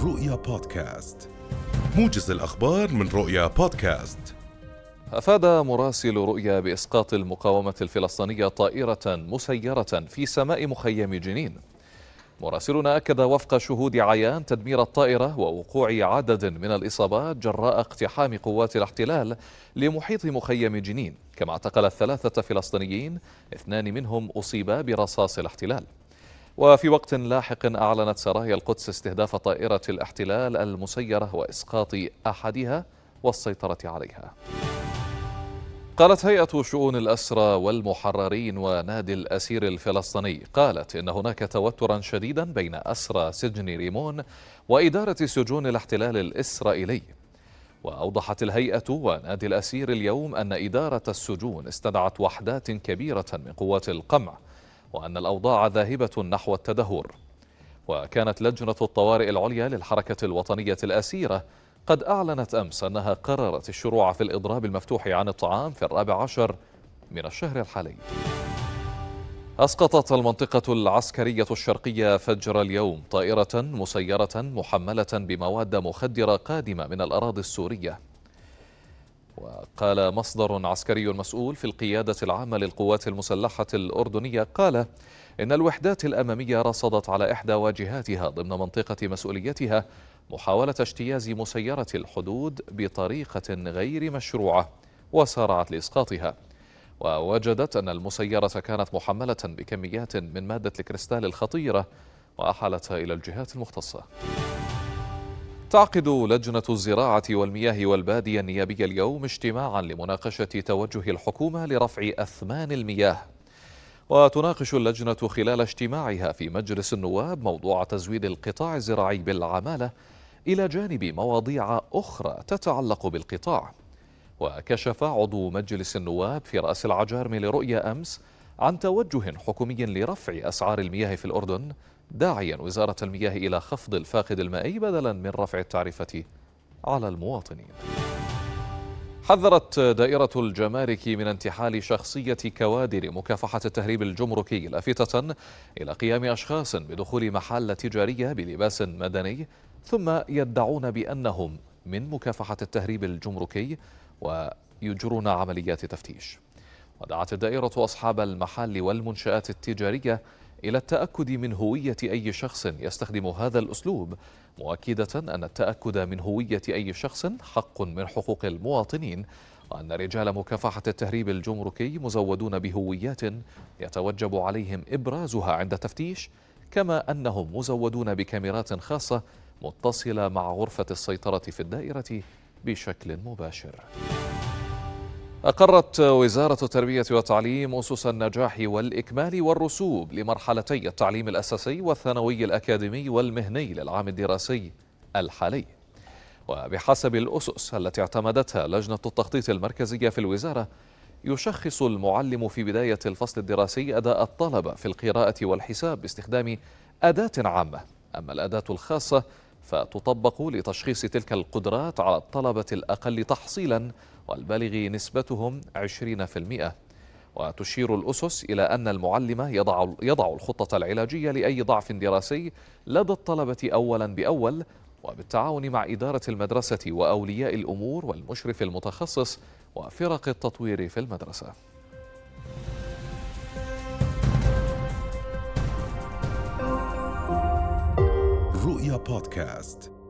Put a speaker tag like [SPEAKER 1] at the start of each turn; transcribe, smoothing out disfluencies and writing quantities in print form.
[SPEAKER 1] رؤيا بودكاست، موجز الأخبار من رؤيا بودكاست.
[SPEAKER 2] أفاد مراسل رؤيا بإسقاط المقاومة الفلسطينية طائرة مسيرة في سماء مخيم جنين. مراسلنا أكد وفق شهود عيان تدمير الطائرة ووقوع عدد من الإصابات جراء اقتحام قوات الاحتلال لمحيط مخيم جنين، كما اعتقلت 3 فلسطينيين، 2 منهم أصيبا برصاص الاحتلال. وفي وقت لاحق أعلنت سرايا القدس استهداف طائرة الاحتلال المسيرة وإسقاط أحدها والسيطرة عليها. قالت هيئة شؤون الأسرى والمحررين ونادي الأسير الفلسطيني قالت إن هناك توترا شديدا بين أسرى سجن ريمون وإدارة سجون الاحتلال الإسرائيلي. وأوضحت الهيئة ونادي الأسير اليوم أن إدارة السجون استدعت وحدات كبيرة من قوات القمع، وأن الأوضاع ذاهبة نحو التدهور. وكانت لجنة الطوارئ العليا للحركة الوطنية الأسيرة قد أعلنت أمس أنها قررت الشروع في الإضراب المفتوح عن الطعام في 14 من الشهر الحالي. أسقطت المنطقة العسكرية الشرقية فجر اليوم طائرة مسيرة محملة بمواد مخدرة قادمة من الأراضي السورية. وقال مصدر عسكري مسؤول في القيادة العامة للقوات المسلحة الأردنية قال إن الوحدات الأمامية رصدت على إحدى واجهاتها ضمن منطقة مسؤوليتها محاولة اجتياز مسيرة الحدود بطريقة غير مشروعة وسارعت لإسقاطها، ووجدت أن المسيرة كانت محملة بكميات من مادة الكريستال الخطيرة وأحالتها إلى الجهات المختصة. تعقد لجنة الزراعة والمياه والبادية النيابية اليوم اجتماعا لمناقشة توجه الحكومة لرفع أثمان المياه. وتناقش اللجنة خلال اجتماعها في مجلس النواب موضوع تزويد القطاع الزراعي بالعمالة إلى جانب مواضيع أخرى تتعلق بالقطاع. وكشف عضو مجلس النواب في رأس العجارم لرؤيا أمس عن توجه حكومي لرفع أسعار المياه في الأردن، داعيا وزارة المياه إلى خفض الفاقد المائي بدلا من رفع التعرفة على المواطنين. حذرت دائرة الجمارك من انتحال شخصية كوادر مكافحة التهريب الجمركي، لافتة إلى قيام أشخاص بدخول محال تجارية بلباس مدني ثم يدعون بأنهم من مكافحة التهريب الجمركي ويجرون عمليات تفتيش. ودعت الدائرة أصحاب المحال والمنشآت التجارية إلى التأكد من هوية أي شخص يستخدم هذا الأسلوب، مؤكدة أن التأكد من هوية أي شخص حق من حقوق المواطنين، وأن رجال مكافحة التهريب الجمركي مزودون بهويات يتوجب عليهم إبرازها عند التفتيش، كما أنهم مزودون بكاميرات خاصة متصلة مع غرفة السيطرة في الدائرة بشكل مباشر. أقرت وزارة التربية والتعليم أسس النجاح والإكمال والرسوب لمرحلتي التعليم الأساسي والثانوي الأكاديمي والمهني للعام الدراسي الحالي. وبحسب الأسس التي اعتمدتها لجنة التخطيط المركزية في الوزارة، يشخص المعلم في بداية الفصل الدراسي أداء الطلبة في القراءة والحساب باستخدام أداة عامة، أما الأداة الخاصة فتطبق لتشخيص تلك القدرات على الطلبة الأقل تحصيلا والبالغ نسبتهم 20%. وتشير الأسس إلى أن المعلم يضع الخطة العلاجية لأي ضعف دراسي لدى الطلبة أولا بأول، وبالتعاون مع إدارة المدرسة وأولياء الأمور والمشرف المتخصص وفرق التطوير في المدرسة.
[SPEAKER 1] رؤيا بودكاست.